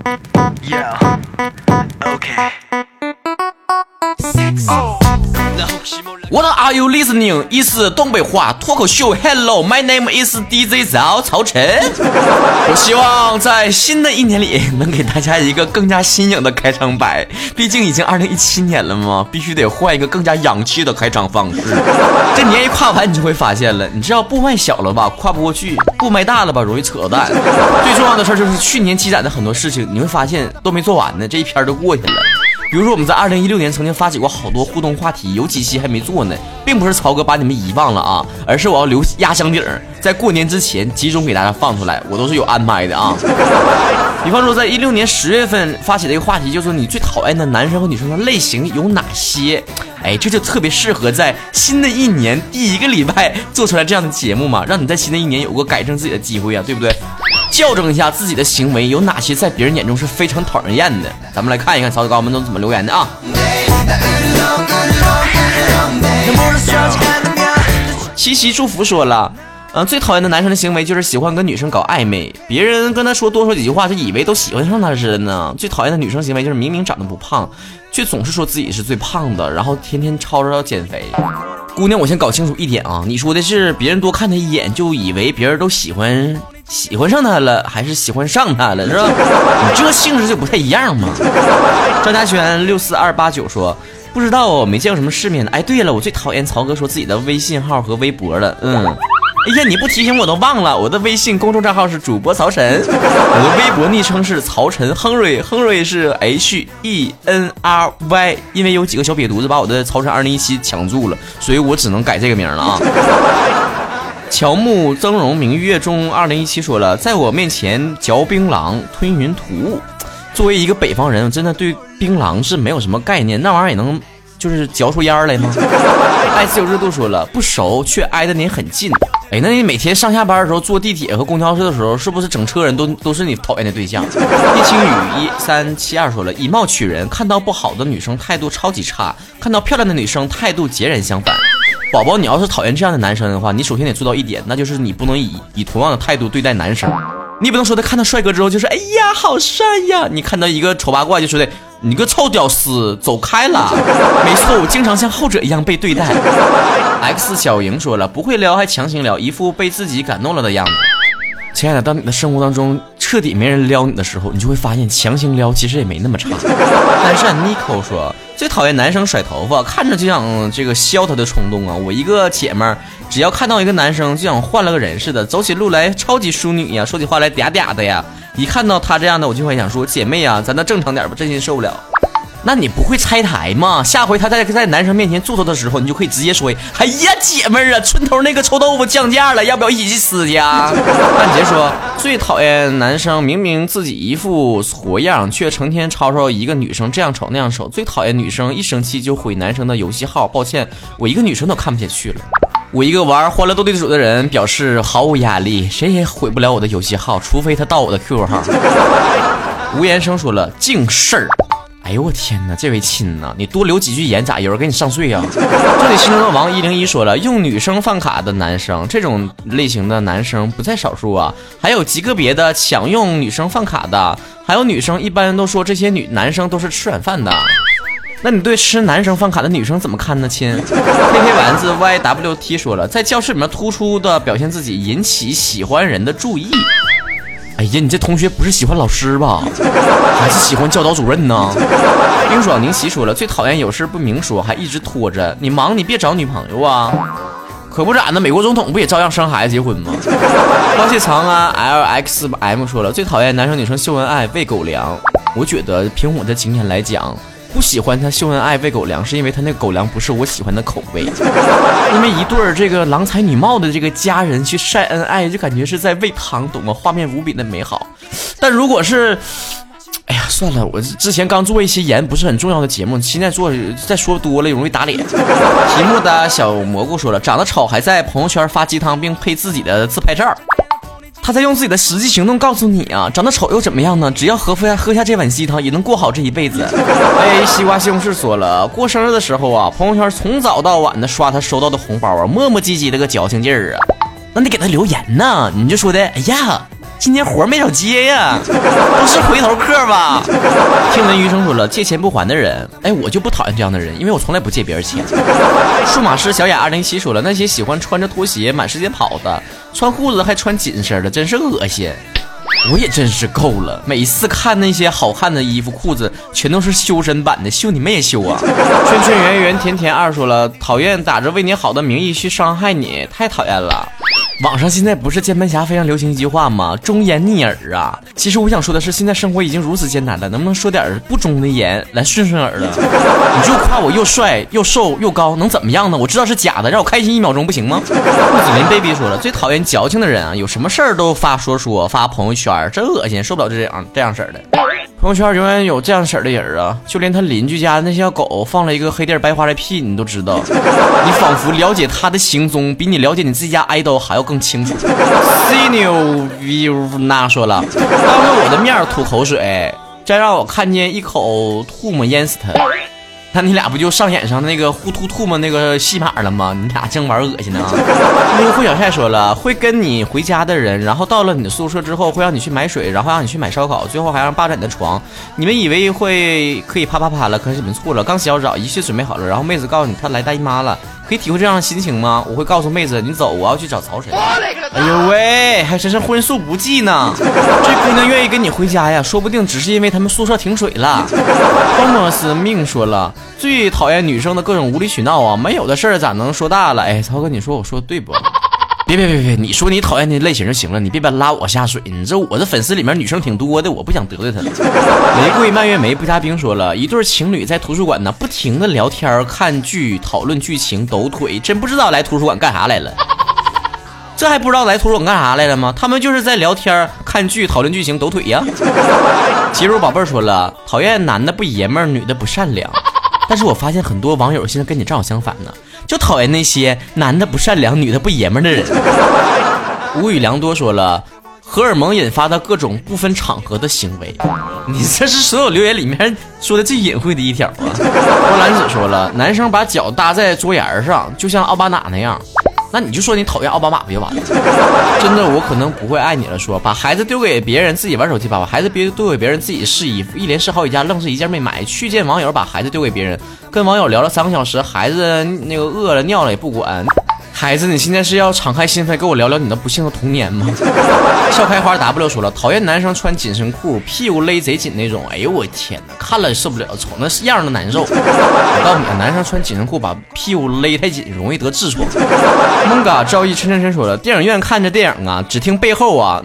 What are you listening? 意思东北话脱口秀。Hello, my name is DJ 曹晨。我希望在新的一年里能给大家一个更加新颖的开场白，毕竟已经2017年了嘛，必须得换一个更加洋气的开场方式。这年一跨完，你就会发现了，你知道步迈小了吧，跨不过去；步迈大了吧，容易扯淡。最重要的事就是去年积攒的很多事情，你会发现都没做完呢，这一篇都过去了。比如说我们在2016年曾经发起过好多互动话题，有几期还没做呢，并不是曹哥把你们遗忘了啊，而是我要留压箱底儿，在过年之前集中给大家放出来，我都是有安排的啊。比方说在16年10月份发起的一个话题，就是说你最讨厌的男生和女生的类型有哪些。这就特别适合在新的一年第一个礼拜做出来这样的节目嘛，让你在新的一年有个改正自己的机会啊，对不对？校正一下自己的行为有哪些在别人眼中是非常讨人厌的。咱们来看一看曹子高们都怎么留言的啊。七夕祝福说了，最讨厌的男生的行为就是喜欢跟女生搞暧昧，别人跟他多说几句话就以为都喜欢上他似的呢。最讨厌的女生行为就是明明长得不胖，却总是说自己是最胖的，然后天天吵着要减肥。姑娘，我先搞清楚一点啊，你说的是别人多看他一眼就以为别人都喜欢上他了，还是喜欢上他了，是吧？你这性质就不太一样嘛。张家轩64289说，不知道我没见过什么世面的。对了，我最讨厌曹哥说自己的微信号和微博了。哎呀，你不提醒我都忘了，我的微信公众账号是主播曹晨，我的微博昵称是曹晨亨瑞，亨瑞是 HENRY， 因为有几个小瘪犊子把我的曹晨2017抢住了，所以我只能改这个名了啊。乔木增荣明月中2017说了，在我面前嚼槟榔吞云吐雾。作为一个北方人，我真的对槟榔是没有什么概念，那玩意儿也能就是嚼出烟来吗？爱自由热度说了，不熟却挨得你很近。那你每天上下班的时候坐地铁和公交车的时候，是不是整车人都是你讨厌的对象？叶青雨1372说了，以貌取人，看到不好的女生态度超级差，看到漂亮的女生态度截然相反。宝宝，你要是讨厌这样的男生的话，你首先得做到一点，那就是你不能以同样的态度对待男生。你不能说他看到帅哥之后就是哎呀好帅呀，你看到一个丑八怪就说的你个臭屌丝走开了。没错，我经常像后者一样被对待。X 小莹说了，不会撩还强行撩，一副被自己感动了的样子。亲爱的，当你的生活当中彻底没人撩你的时候，你就会发现强行撩其实也没那么差。但是 Nico 说，最讨厌男生甩头发，看着就想这个削他的冲动啊！我一个姐们儿，只要看到一个男生就想换了个人似的，走起路来超级淑女呀，说起话来嗲嗲的呀。一看到他这样的，我就会想说，姐妹啊，咱那正常点吧，真心受不了。那你不会拆台吗？下回他在男生面前做的时候，你就可以直接说，哎呀姐们儿啊，村头那个臭豆腐降价了，要不要一起去吃去啊？半杰说，最讨厌男生明明自己一副活样，却成天吵吵一个女生这样丑那样丑。最讨厌女生一生气就毁男生的游戏号，抱歉，我一个女生都看不下去了。我一个玩欢乐斗地主的人表示毫无压力，谁也毁不了我的游戏号，除非他盗我的 QQ 号。吴延生说了，净事儿。哎呦我天哪，这位亲呐，你多留几句言咋有人给你上税啊？这里心中的王101说了，用女生饭卡的男生，这种类型的男生不在少数啊，还有极个别的抢用女生饭卡的，还有女生一般都说这些男生都是吃软饭的。那你对吃男生饭卡的女生怎么看呢，亲？黑黑丸子 YWT 说了，在教室里面突出的表现自己，引起喜欢人的注意。哎呀，你这同学不是喜欢老师吧？还是喜欢教导主任呢？冰爽宁奇说了，最讨厌有事不明说，还一直拖着。你忙你别找女朋友啊！可不咋的，美国总统不也照样生孩子结婚吗？高谢长啊 LXM 说了，最讨厌男生女生秀恩爱喂狗粮。我觉得凭我的经验来讲，不喜欢他秀恩爱喂狗粮，是因为他那个狗粮不是我喜欢的口味。因为一对这个郎才女貌的这个家人去晒恩爱，就感觉是在喂糖，懂吗？画面无比的美好。但如果是，哎呀，算了，我之前刚做一些言不是很重要的节目，现在做再说多了容易打脸。题目的小蘑菇说了，长得丑还在朋友圈发鸡汤并配自己的自拍照。他在用自己的实际行动告诉你啊，长得丑又怎么样呢？只要喝下这碗鸡汤，也能过好这一辈子。西瓜西红柿说了，过生日的时候啊，朋友圈从早到晚的刷他收到的红包啊，磨磨唧唧的个矫情劲儿啊。那你给他留言呢，你就说的，哎呀， 今天活没少接呀，都是回头客吧。听闻余生说了，借钱不还的人，哎，我就不讨厌这样的人，因为我从来不借别人钱。数码师小雅2017说了，那些喜欢穿着拖鞋满世界跑的，穿裤子还穿紧身的，真是恶心。我也真是够了，每次看那些好看的衣服裤子全都是修身版的，修你妹也修啊。圈圈圆圆甜甜二说了，讨厌打着为你好的名义去伤害你，太讨厌了。网上现在不是键盘侠非常流行一句话吗？忠言逆耳啊。其实我想说的是，现在生活已经如此艰难了，能不能说点不忠的言来顺顺耳的？你就夸我又帅又瘦又高，能怎么样呢？我知道是假的，让我开心1秒钟不行吗？木子林 baby 说了，最讨厌矫情的人啊，有什么事儿都发发朋友圈，真恶心，受不了这样式儿的。朋友圈永远有这样式儿的人啊，就连他邻居家那些狗放了一个黑地儿白花的屁，你都知道。你仿佛了解他的行踪，比你了解你自己家爱豆还要更清楚。Sino View 那说了，当着我的面吐口水，再让我看见一口唾沫淹死他。那你俩不就上演上那个互吐唾沫那个戏码了吗？你俩正玩恶心呢。胡小菜说了，会跟你回家的人，然后到了你的宿舍之后，会让你去买水，然后让你去买烧烤，最后还让霸占你的床。你们以为可以啪啪啪了，可是你们错了。刚洗好澡，一切准备好了，然后妹子告诉你她来大姨妈了。可以体会这样的心情吗？我会告诉妹子，你走，我要去找曹晨。哎呦喂，还真是荤素不忌呢。这姑娘愿意跟你回家呀，说不定只是因为他们宿舍停水了。托莫斯命说了，最讨厌女生的各种无理取闹啊，没有的事儿咋能说大了？哎，曹哥，你说我说对不？别，你说你讨厌的类型就行了，你别拉我下水。你这我这粉丝里面女生挺多的，我不想得罪她。玫瑰蔓越莓不加冰说了，一对情侣在图书馆呢，不停的聊天、看剧、讨论剧情、抖腿，真不知道来图书馆干啥来了。这还不知道来图书馆干啥来了吗？他们就是在聊天、看剧、讨论剧情、抖腿呀。肌肉宝贝说了，讨厌男的不爷们儿，女的不善良。但是我发现很多网友现在跟你正好相反呢，就讨厌那些男的不善良、女的不爷们儿的人。无语良多说了，荷尔蒙引发的各种不分场合的行为，你这是所有留言里面说的最隐晦的一条啊。波兰子说了，男生把脚搭在桌沿上，就像奥巴马那样。那你就说你讨厌奥巴马不就完了？真的，我可能不会爱你了。说把孩子丢给别人，自己玩手机吧；把孩子丢给别人，自己试衣服。一连试好几家，愣是一件没买。去见网友，把孩子丢给别人，跟网友聊了3个小时，孩子那个饿了尿了也不管。孩子，你现在是要敞开心扉跟我聊聊你的不幸的童年吗？笑开花 W 说了，讨厌男生穿紧身裤，屁股勒贼紧那种。哎呦我天哪，看了受不了，瞅那样都难受。我告诉你，男生穿紧身裤把屁股勒太紧，容易得痔疮。蒙嘎赵毅琛说了，电影院看着电影啊，只听背后啊，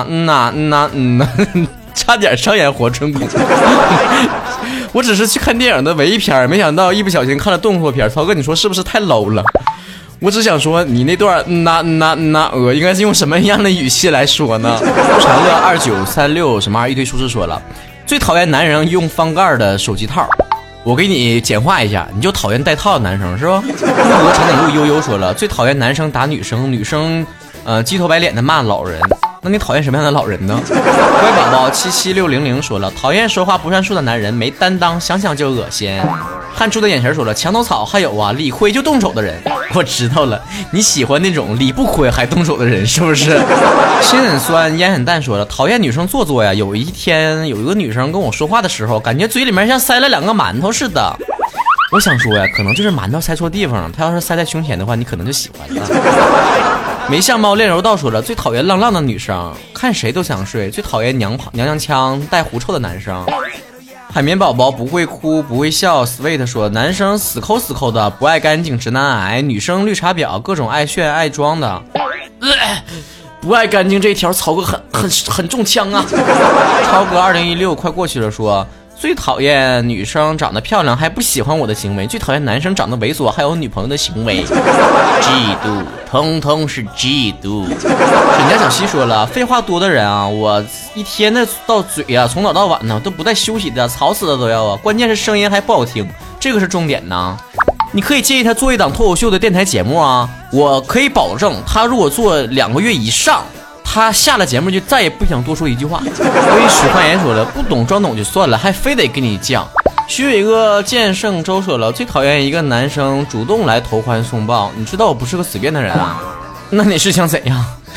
差点上演活春宫。我只是去看电影的唯一片，没想到一不小心看了动作片。曹哥，你说是不是太 low 了？我只想说，你那段应该是用什么样的语气来说呢？不长乐2936什么玩意儿一堆数字说了，最讨厌男人用翻盖的手机套。我给你简化一下，你就讨厌带套的男生是吧？中国长颈鹿悠悠说了，最讨厌男生打女生，女生鸡头白脸的骂老人。那你讨厌什么样的老人呢？乖宝宝77600说了，讨厌说话不算数的男人，没担当，想想就恶心。汉猪的眼神说了，墙头草，还有啊，理亏就动手的人。我知道了，你喜欢那种理不亏还动手的人是不是？心很酸烟很淡说了，讨厌女生做作呀。有一天有一个女生跟我说话的时候，感觉嘴里面像塞了2个馒头似的。我想说呀，可能就是馒头塞错地方了，她要是塞在胸前的话，你可能就喜欢了。没相貌练柔道说了，最讨厌浪浪的女生，看谁都想睡。最讨厌娘腔带狐臭的男生。海绵宝宝不会哭不会笑 Sweet 说，男生死抠的，不爱干净直男癌，女生绿茶婊，各种爱炫爱装的。不爱干净这一条曹哥很中枪啊。超哥2016快过去了说，最讨厌女生长得漂亮还不喜欢我的行为，最讨厌男生长得猥琐还有女朋友的行为。嫉妒，通通是嫉妒。沈家小西说了，废话多的人啊，我一天的到嘴啊，从早到晚呢都不带休息的，吵死了都要啊！关键是声音还不好听，这个是重点呢。你可以建议他做一档脱口秀的电台节目啊，我可以保证，他如果做2个月以上，他下了节目就再也不想多说一句话。所以许焕言说了，不懂装懂就算了，还非得跟你犟。徐伟哥剑圣周说了，最讨厌一个男生主动来投怀送抱，你知道我不是个随便的人啊。那你是想怎样？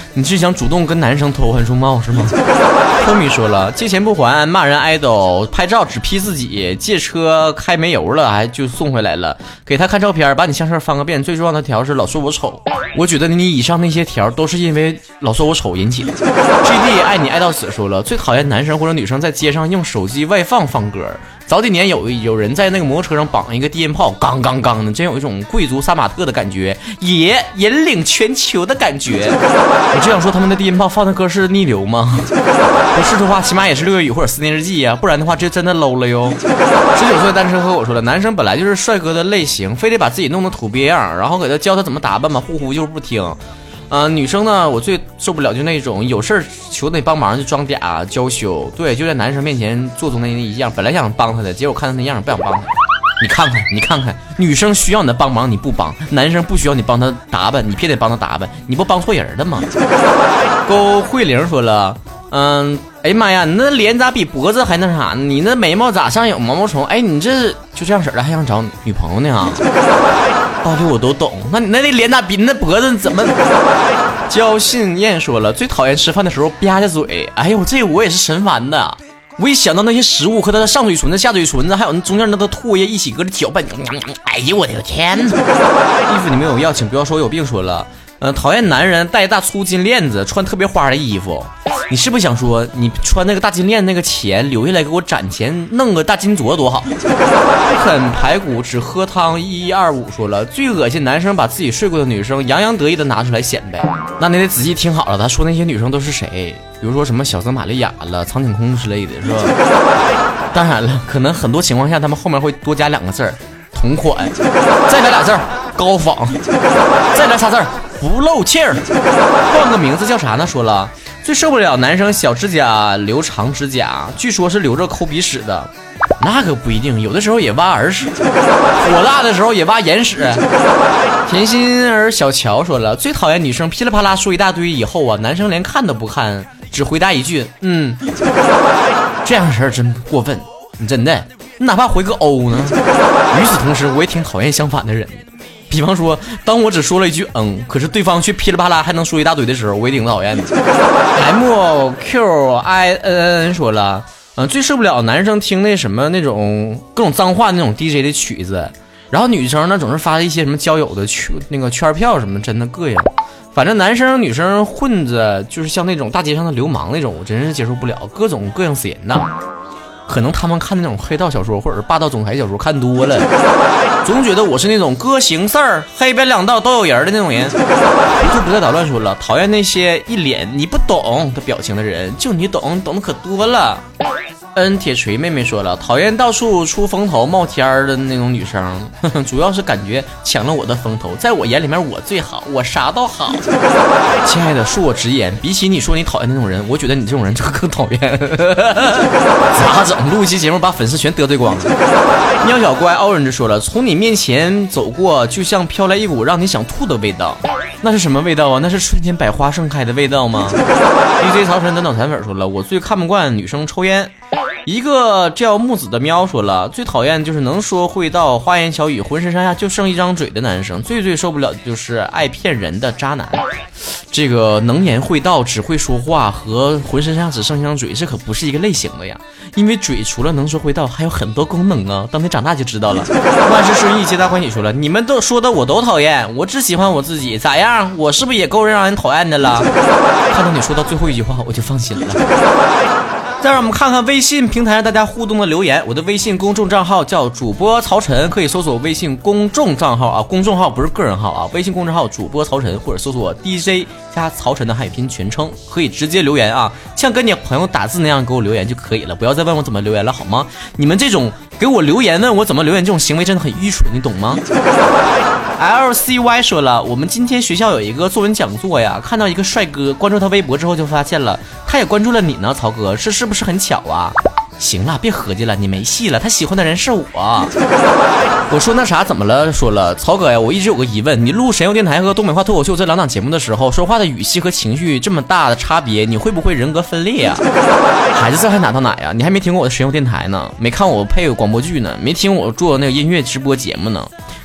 你是想主动跟男生偷换书帽是吗？托米说了，借钱不还，骂人爱豆，拍照只 P 自己，借车开没油了还就送回来了，给他看照片，把你相册翻个遍，最重要的条是老说我丑。我觉得你以上那些条都是因为老说我丑引起的。GD 爱你爱到死说了，最讨厌男生或者女生在街上用手机外放歌。早几年有人在那个摩托车上绑一个低音炮，刚刚刚的，真有一种贵族杀马特的感觉，也引领全球的感觉。我只想说，他们的低音炮放的歌是逆流吗？不是的话，起码也是6月雨或者4年日记呀，不然的话这真的 low 了哟。19岁单身和我说了，男生本来就是帅哥的类型，非得把自己弄得土鳖样，然后给他教他怎么打扮嘛，呼呼就是不听。女生呢，我最受不了就那种有事求你帮忙就装嗲娇羞，对，就在男生面前做出那一样，本来想帮他的，结果看他那样不想帮他。你看看，女生需要你的帮忙你不帮，男生不需要你帮他打扮，你偏得帮他打扮，你不帮错人了吗？勾慧玲说了，哎呀妈呀，你那脸咋比脖子还那啥呢？你那眉毛咋上有毛毛虫？哎，你这就这样式的还想找女朋友呢？道理我都懂，那你那脸咋比那脖子怎么？焦信燕说了，最讨厌吃饭的时候吧着嘴。哎呦，这我也是神烦的。我一想到那些食物和它的上嘴唇子、下嘴唇子，还有那中间那个唾液一起搁这搅拌，哎呦我的天哪！衣服你没有要，请不要说我有病。说了，讨厌男人戴大粗金链子，穿特别花的衣服。你是不是想说，你穿那个大金链那个钱留下来给我攒钱，弄个大金镯多好？不肯排骨只喝汤1125说了，最恶心男生把自己睡过的女生洋洋得意的拿出来显摆。那你得仔细听好了，他说那些女生都是谁？比如说什么小泽玛利亚了、苍井空之类的，是吧？当然了，可能很多情况下他们后面会多加2个字儿，同款，再来2字儿，高仿，再来仨字儿，不漏气儿。换个名字叫啥呢？说了，最受不了男生小指甲留长指甲，据说是留着抠鼻屎的。那可不一定，有的时候也挖耳屎，火大的时候也挖眼屎。甜心儿小乔说了，最讨厌女生噼里啪啦说一大堆以后啊，男生连看都不看，只回答一句这样的事儿真过分，你真的，你哪怕回个欧呢。与此同时，我也挺讨厌相反的人，比方说当我只说了一句可是对方却噼里啪啦还能说一大堆的时候，我也挺讨厌的。MQIN 说了，最受不了男生听那什么那种各种脏话那种 DJ 的曲子，然后女生呢总是发一些什么交友的那个圈票什么，真的膈应。反正男生女生混着，就是像那种大街上的流氓那种，我真是接受不了，各种各样死人呐。可能他们看那种黑道小说或者是霸道总裁小说看多了，总觉得我是那种哥行事儿黑白两道都有人的那种人。我就不再捣乱说了，讨厌那些一脸你不懂的表情的人，就你懂，你懂的可多了。铁锤妹妹说了，讨厌到处出风头冒天的那种女生，主要是感觉抢了我的风头，在我眼里面我最好，我啥都好。亲爱的，恕我直言，比起你说你讨厌那种人，我觉得你这种人就更讨厌。咋整？录一期节目把粉丝全得罪光了。喵小乖orange说了，从你面前走过，就像飘来一股让你想吐的味道。那是什么味道啊？那是春天百花盛开的味道吗？ DJ 曹晨的脑残粉说了，我最看不惯女生抽烟。一个叫木子的喵说了，最讨厌就是能说会道花言巧语浑身上下就剩一张嘴的男生，最受不了的就是爱骗人的渣男。这个能言会道只会说话和浑身上下只剩一张嘴，这可不是一个类型的呀，因为嘴除了能说会道还有很多功能啊，等你长大就知道了。万事顺意皆大欢喜说了，你们都说的我都讨厌，我只喜欢我自己，咋样？我是不是也够让人讨厌的了？看到你说到最后一句话我就放心了。再让我们看看微信平台上大家互动的留言。我的微信公众账号叫主播曹晨，可以搜索微信公众账号啊，公众号不是个人号啊，微信公众号主播曹晨，或者搜索 DJ 加曹晨的汉语拼全称，可以直接留言啊，像跟你朋友打字那样给我留言就可以了，不要再问我怎么留言了好吗？你们这种给我留言问我怎么留言这种行为真的很愚蠢，你懂吗？LCY 说了，我们今天学校有一个作文讲座呀，看到一个帅哥，关注他微博之后就发现了他也关注了你呢，曹哥，是不是很巧啊？行了，别合计了，你没戏了，他喜欢的人是我。我说那啥怎么了？说了，曹哥呀，我一直有个疑问，你录神游电台和东北话脱口秀这2档节目的时候，说话的语气和情绪这么大的差别，你会不会人格分裂呀？孩子这还哪到哪呀？你还没听过我的神游电台呢，没看我配广播剧呢，没听我做那个音乐直播节目呢。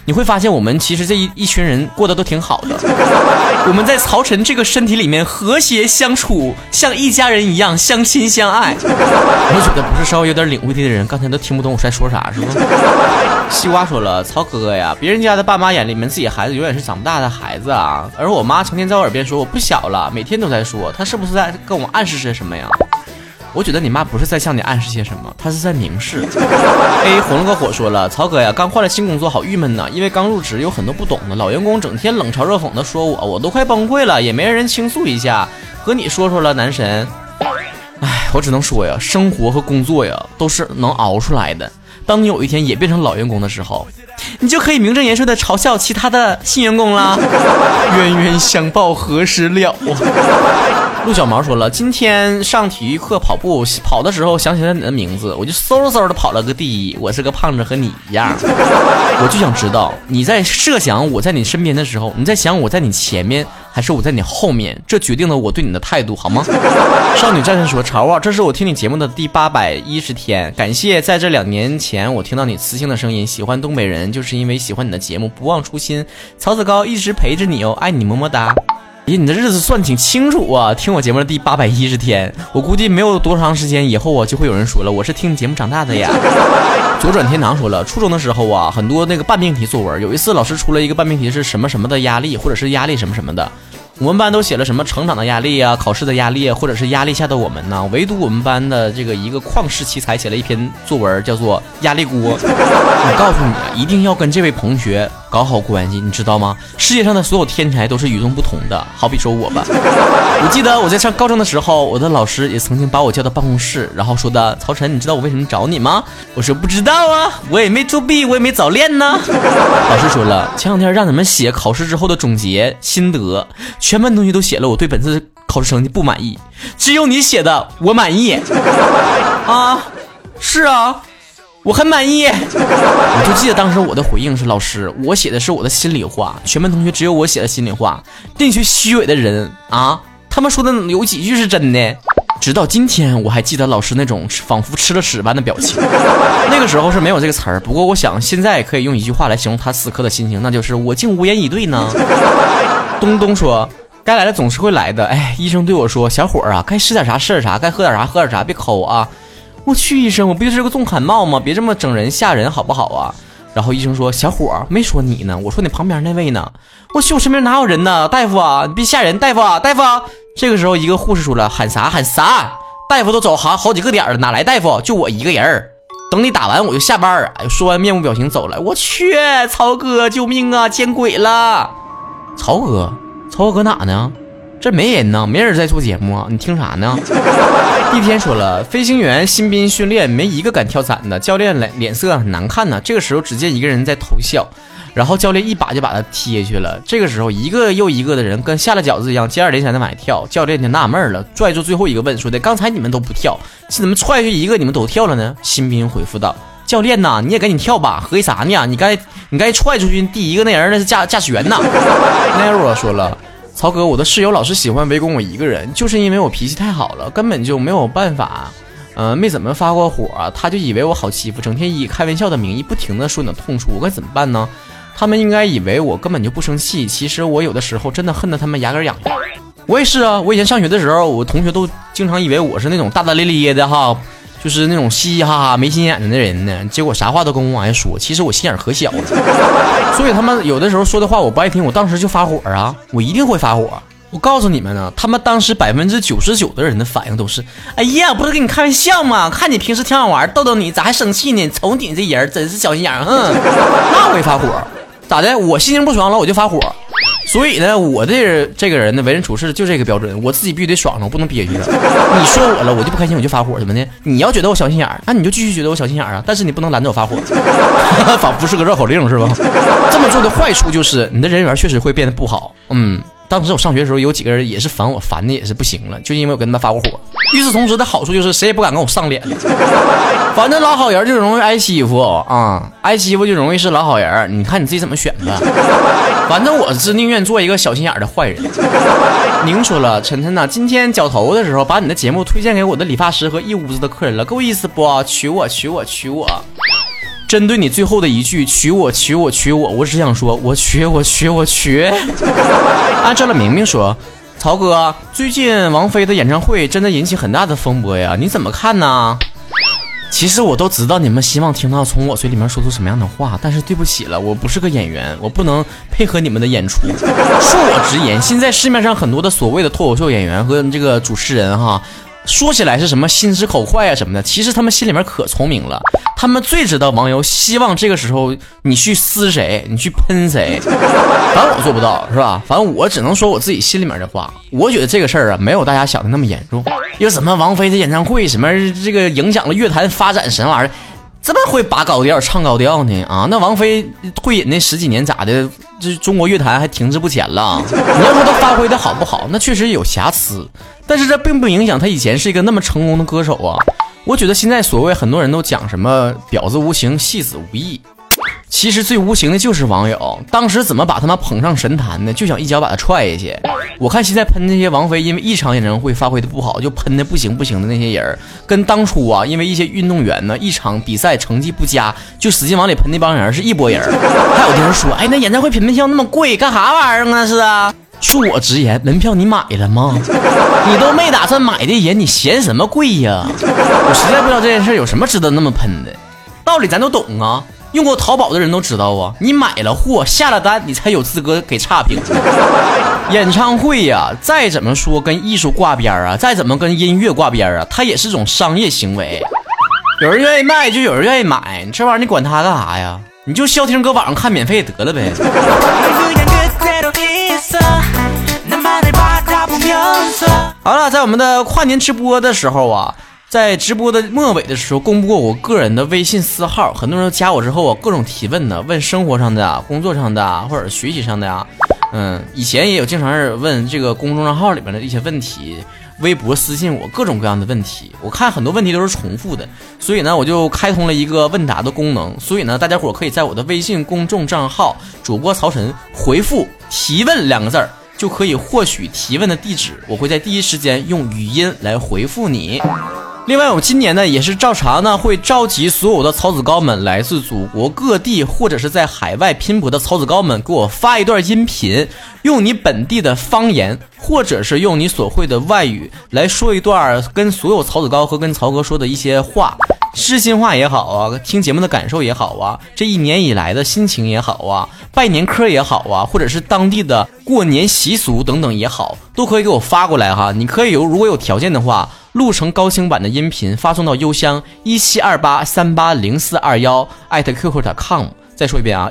你会发现我们其实这一群人过得都挺好的。我们在曹晨这个身体里面和谐相处，像一家人一样相亲相爱。我觉得不是稍微有点领悟力的人，刚才都听不懂我在说啥，是吧？西瓜说了，曹哥哥呀，别人家的爸妈眼里面自己孩子永远是长不大的孩子啊，而我妈成天在我耳边说我不小了，每天都在说，她是不是在跟我暗示些什么呀？我觉得你妈不是在向你暗示些什么，她是在明示。红了个火说了，曹哥呀，刚换了新工作，好郁闷呢，因为刚入职有很多不懂的，老员工整天冷嘲热讽的说我都快崩溃了，也没人倾诉一下，和你说了，男神。我只能说呀，生活和工作呀都是能熬出来的。当你有一天也变成老员工的时候，你就可以名正言顺的嘲笑其他的新员工了。冤冤相报何时了啊！陆小毛说了，今天上体育课跑步，跑的时候想起来你的名字，我就嗖嗖的跑了个第一。我是个胖子，和你一样。我就想知道你在设想我在你身边的时候，你在想我在你前面还是我在你后面，这决定了我对你的态度，好吗？少女战士说，潮啊，这是我听你节目的第810天，感谢在这2年前我听到你磁性的声音，喜欢东北人就是因为喜欢你的节目，不忘初心，曹子高一直陪着你哦，爱你么么哒。你的日子算挺清楚啊！听我节目的第810天，我估计没有多长时间以后啊，就会有人说了，我是听你节目长大的呀。左转天堂说了，初中的时候啊，很多那个半命题作文，有一次老师出了一个半命题是什么什么的压力，或者是压力什么什么的。我们班都写了什么成长的压力啊，考试的压力啊，或者是压力下的我们呢？唯独我们班的这个一个旷世奇才写了一篇作文，叫做压力锅。我告诉你啊，一定要跟这位同学搞好关系，你知道吗？世界上的所有天才都是与众不同的，好比说我吧。我记得我在上高中的时候，我的老师也曾经把我叫到办公室，然后说的，曹晨，你知道我为什么找你吗？我说不知道啊，我也没作弊，我也没早恋呢。老师说了，前2天让你们写考试之后的总结心得，全班同学都写了我对本次考试成绩不满意，只有你写的我满意。啊，是啊，我很满意。我就记得当时我的回应是，老师，我写的是我的心里话，全班同学只有我写的心里话，那群虚伪的人啊，他们说的有几句是真的？直到今天我还记得老师那种仿佛吃了屎般的表情。那个时候是没有这个词儿，不过我想现在可以用一句话来形容他此刻的心情，那就是我竟无言以对呢。东东说，该来的总是会来的。医生对我说，小伙啊，该吃点啥吃点啥，该喝点啥喝点啥，别抠啊。我去，医生，我不就是个重感冒吗？别这么整人吓人好不好啊？然后医生说，小伙没说你呢，我说你旁边那位呢。我去，我身边哪有人呢？大夫啊，你别吓人，大夫啊，大夫啊。这个时候一个护士说了，喊啥喊啥，大夫都走好几个点了，哪来大夫？就我一个人，等你打完我就下班。说完面无表情走了。我去，曹哥救命啊，见鬼了。曹哥搁哪呢？这没人呢，没人在做节目啊，你听啥呢？一天说了，飞行员新兵训练没一个敢跳伞的，教练脸色很难看呢。这个时候只见一个人在偷笑，然后教练一把就把他踢下去了。这个时候一个又一个的人跟下了饺子一样接二连三的往外跳，教练就纳闷了，拽住最后一个问说的，刚才你们都不跳，怎么踹下去一个你们都跳了呢？新兵回复道，教练呐，你也赶紧跳吧，合计啥呢？你该踹出去第一个那人那是驾驶员呐。Nero 说了，曹哥，我的室友老是喜欢围攻我一个人，就是因为我脾气太好了，根本就没有办法，没怎么发过火，他就以为我好欺负，整天以开玩笑的名义不停的说你的痛处，我该怎么办呢？他们应该以为我根本就不生气，其实我有的时候真的恨得他们牙根痒痒。我也是啊，我以前上学的时候，我同学都经常以为我是那种大大咧咧的哈，就是那种嘻嘻哈哈没心眼子的人呢，结果啥话都跟我往外说，其实我心眼可小了。所以他们有的时候说的话我不爱听，我当时就发火啊，我一定会发火。我告诉你们呢，他们当时99%的人的反应都是，哎呀，不是跟你开玩笑吗？看你平时挺好玩，逗逗你，咋还生气呢？瞅你这人真是小心眼，那我也发火，咋的？我心情不爽了我就发火。所以呢，我这个人的为人处事就这个标准，我自己必须得爽了，我不能憋屈了。你说我了，我就不开心，我就发火，怎么的？你要觉得我小心眼，那你就继续觉得我小心眼啊，但是你不能拦着我发火，仿佛是个绕口令是吧？这么做的坏处就是你的人缘确实会变得不好。当时我上学的时候，有几个人也是烦我，烦的也是不行了，就因为我跟他们发过火。与此同时的好处就是谁也不敢跟我上脸了。反正老好人就容易挨欺负啊，挨欺负就容易是老好人，你看你自己怎么选的。反正我是宁愿做一个小心眼的坏人。您说了，晨晨呐，今天绞头的时候把你的节目推荐给我的理发师和一屋子的客人了，够意思不？娶我。 针对你最后的一句娶我娶我娶我，我只想说我娶。按照了明明说，曹哥，最近王菲的演唱会真的引起很大的风波呀，你怎么看呢？其实我都知道你们希望听到从我嘴里面说出什么样的话，但是对不起了，我不是个演员，我不能配合你们的演出。恕我直言，现在市面上很多的所谓的脱口秀演员和这个主持人哈，说起来是什么心直口快啊什么的，其实他们心里面可聪明了，他们最知道网友希望这个时候你去撕谁，你去喷谁。反正我做不到，是吧？反正我只能说我自己心里面的话。我觉得这个事儿啊，没有大家想的那么严重。有什么王菲的演唱会，什么这个影响了乐坛发展什么玩意儿，怎么会拔高调唱高调呢？啊，那王菲退隐那10几年咋的？这中国乐坛还停滞不前了？你要说她发挥的好不好，那确实有瑕疵，但是这并不影响她以前是一个那么成功的歌手啊。我觉得现在所谓很多人都讲什么婊子无情戏子无义，其实最无情的就是网友，当时怎么把他们捧上神坛呢？就想一脚把他踹下去。我看现在喷那些王菲因为一场演唱会发挥的不好就喷的不行的那些人，跟当初啊因为一些运动员呢一场比赛成绩不佳就使劲往里喷那帮人是一拨人。还有的人说，哎，那演唱会门票那么贵，干啥玩意儿啊？是啊。恕我直言，门票你买了吗？你都没打算买的人，你嫌什么贵呀？我实在不知道这件事有什么值得那么喷的。道理咱都懂啊，用过淘宝的人都知道啊，你买了货下了单，你才有资格给差评。演唱会呀，再怎么说跟艺术挂边啊，再怎么跟音乐挂边啊，它也是种商业行为。有人愿意卖就有人愿意买，这玩意儿你管它干啥呀？你就消停搁网上看免费得了呗。好了，在我们的跨年直播的时候啊，在直播的末尾的时候公布过我个人的微信私号，很多人都加我之后啊，各种提问呢，问生活上的、工作上的或者学习上的呀。以前也有经常是问这个公众账号里面的一些问题，微博私信我各种各样的问题，我看很多问题都是重复的，所以呢我就开通了一个问答的功能，所以呢大家伙可以在我的微信公众账号主播曹晨回复提问2个字，就可以获取提问的地址，我会在第一时间用语音来回复你。另外我今年呢也是照常呢会召集所有的曹子高们，来自祖国各地或者是在海外拼搏的曹子高们，给我发一段音频，用你本地的方言或者是用你所会的外语来说一段跟所有曹子高和跟曹哥说的一些话，知心话也好啊，听节目的感受也好啊，这一年以来的心情也好啊，拜年嗑也好啊，或者是当地的过年习俗等等也好，都可以给我发过来哈。你可以如果有条件的话，录成高清版的音频发送到邮箱1728380421@qq.com。再说一遍啊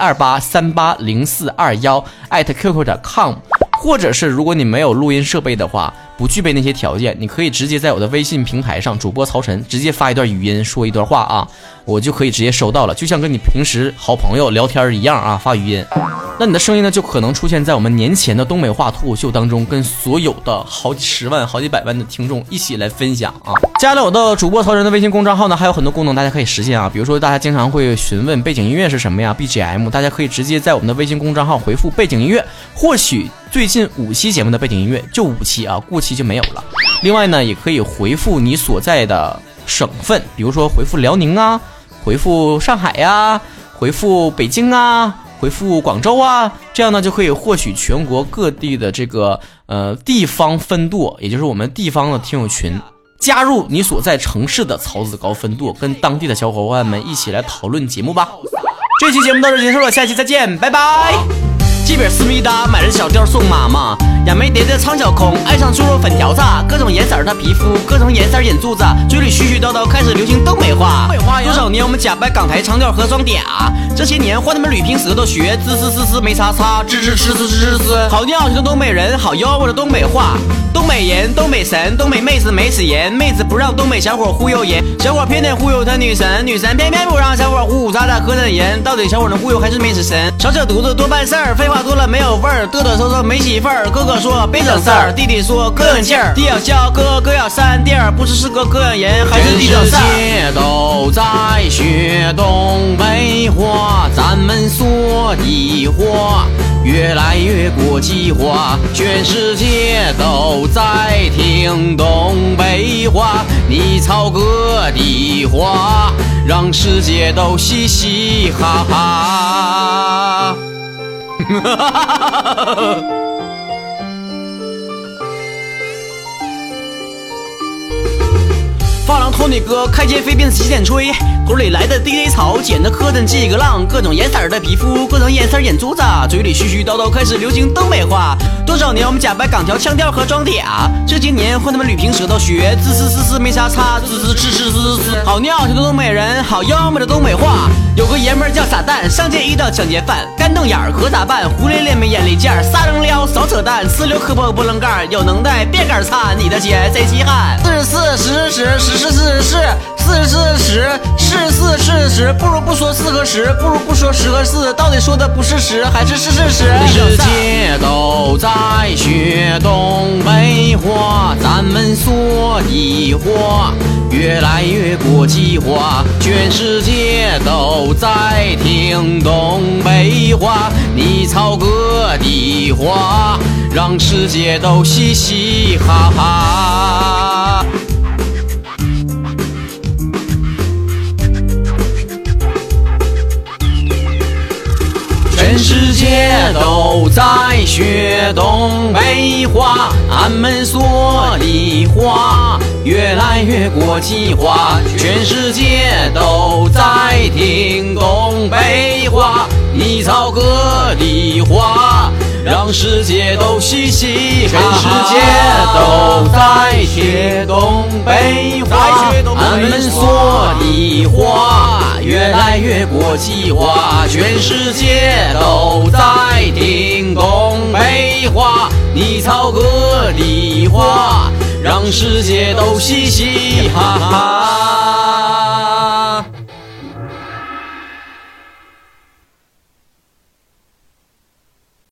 ，1728380421@qq.com。或者是如果你没有录音设备的话，不具备那些条件，你可以直接在我的微信平台上主播曹晨直接发一段语音说一段话啊，我就可以直接收到了，就像跟你平时好朋友聊天一样啊，发语音。那你的声音呢就可能出现在我们年前的东北话脱口秀当中，跟所有的好几十万好几百万的听众一起来分享啊。加了我的主播曹晨的微信公众号呢，还有很多功能大家可以实现啊，比如说大家经常会询问背景音乐是什么呀 BGM， 大家可以直接在我们的微信公众号回复背景音乐，或许最近5期节目的背景音乐就5期啊，过期就没有了。另外呢也可以回复你所在的省份，比如说回复辽宁啊，回复上海呀，回复北京啊，回复广州啊，这样呢就可以获取全国各地的这个地方分舵，也就是我们地方的听友群，加入你所在城市的曹子高分舵，跟当地的小伙伴们一起来讨论节目吧。这期节目到这结束了，下期再见，拜拜。基本思密达，买了小貂送妈妈，杨梅蝶的苍小空，爱上猪肉粉条子，各种颜色的皮肤，各种颜色眼珠子，嘴里絮絮叨叨，开始流行东北话。多少年我们假扮港台腔调和装嗲，这些年换他们捋平舌头学，滋滋滋滋没叉叉，吱吱吱吱吱吱。好调的东北人，好吆喝的东北话，东北人，东北神，东北妹子没死人，妹子不让东北小伙忽悠人，小伙偏得忽悠他女神，女神偏偏不让小伙呼呼喳喳喝着人，到底小伙能忽悠还是没死神？少扯犊子多办事儿，废话多了没有味儿，嘚嘚瑟瑟没媳妇儿。哥哥说别整事儿，弟弟说哥有劲儿，弟要笑哥，哥要扇地儿，不知是个膈应人还是地整事儿。全世界都在学东北话，咱们说的话越来越国际化，全世界都在听东北话，你曹哥的话让世界都嘻嘻哈哈。发廊托尼哥开间飞鞭洗剪吹，头里来的 DJ 草剪的磕碜几个浪，各种颜色的皮肤，各种颜色眼珠子，嘴里絮絮叨叨开始流行东北话。多少年我们假扮港条腔调和装嗲，这些年换他们捋平舌头学，滋滋滋滋没啥差，滋滋吃吃滋滋，好尿性的东北人，好妖媚的东北话。有个爷们儿叫傻蛋，上街遇到抢劫犯，干瞪眼儿可咋办？胡咧咧没眼力见儿，撒扔撩少扯淡，呲溜磕破波棱盖，有能耐别杆擦你的钱谁稀罕？44，不如不说4和10，不如不说10和4，到底说的不是10还是是10？世界都在学东北话，咱们说的话越来越国际化，全世界都在听东北话，你操哥的话，让世界都嘻嘻哈哈。全世界都在学东北话，俺们说的话越来越国际化，全世界都在听东北话，你操哥的话，让世界都嘻嘻哈哈。全世界都在学东北话，俺们说的话越来越国际化，全世界都在听东北话，你操哥的话，让世界都嘻嘻哈哈。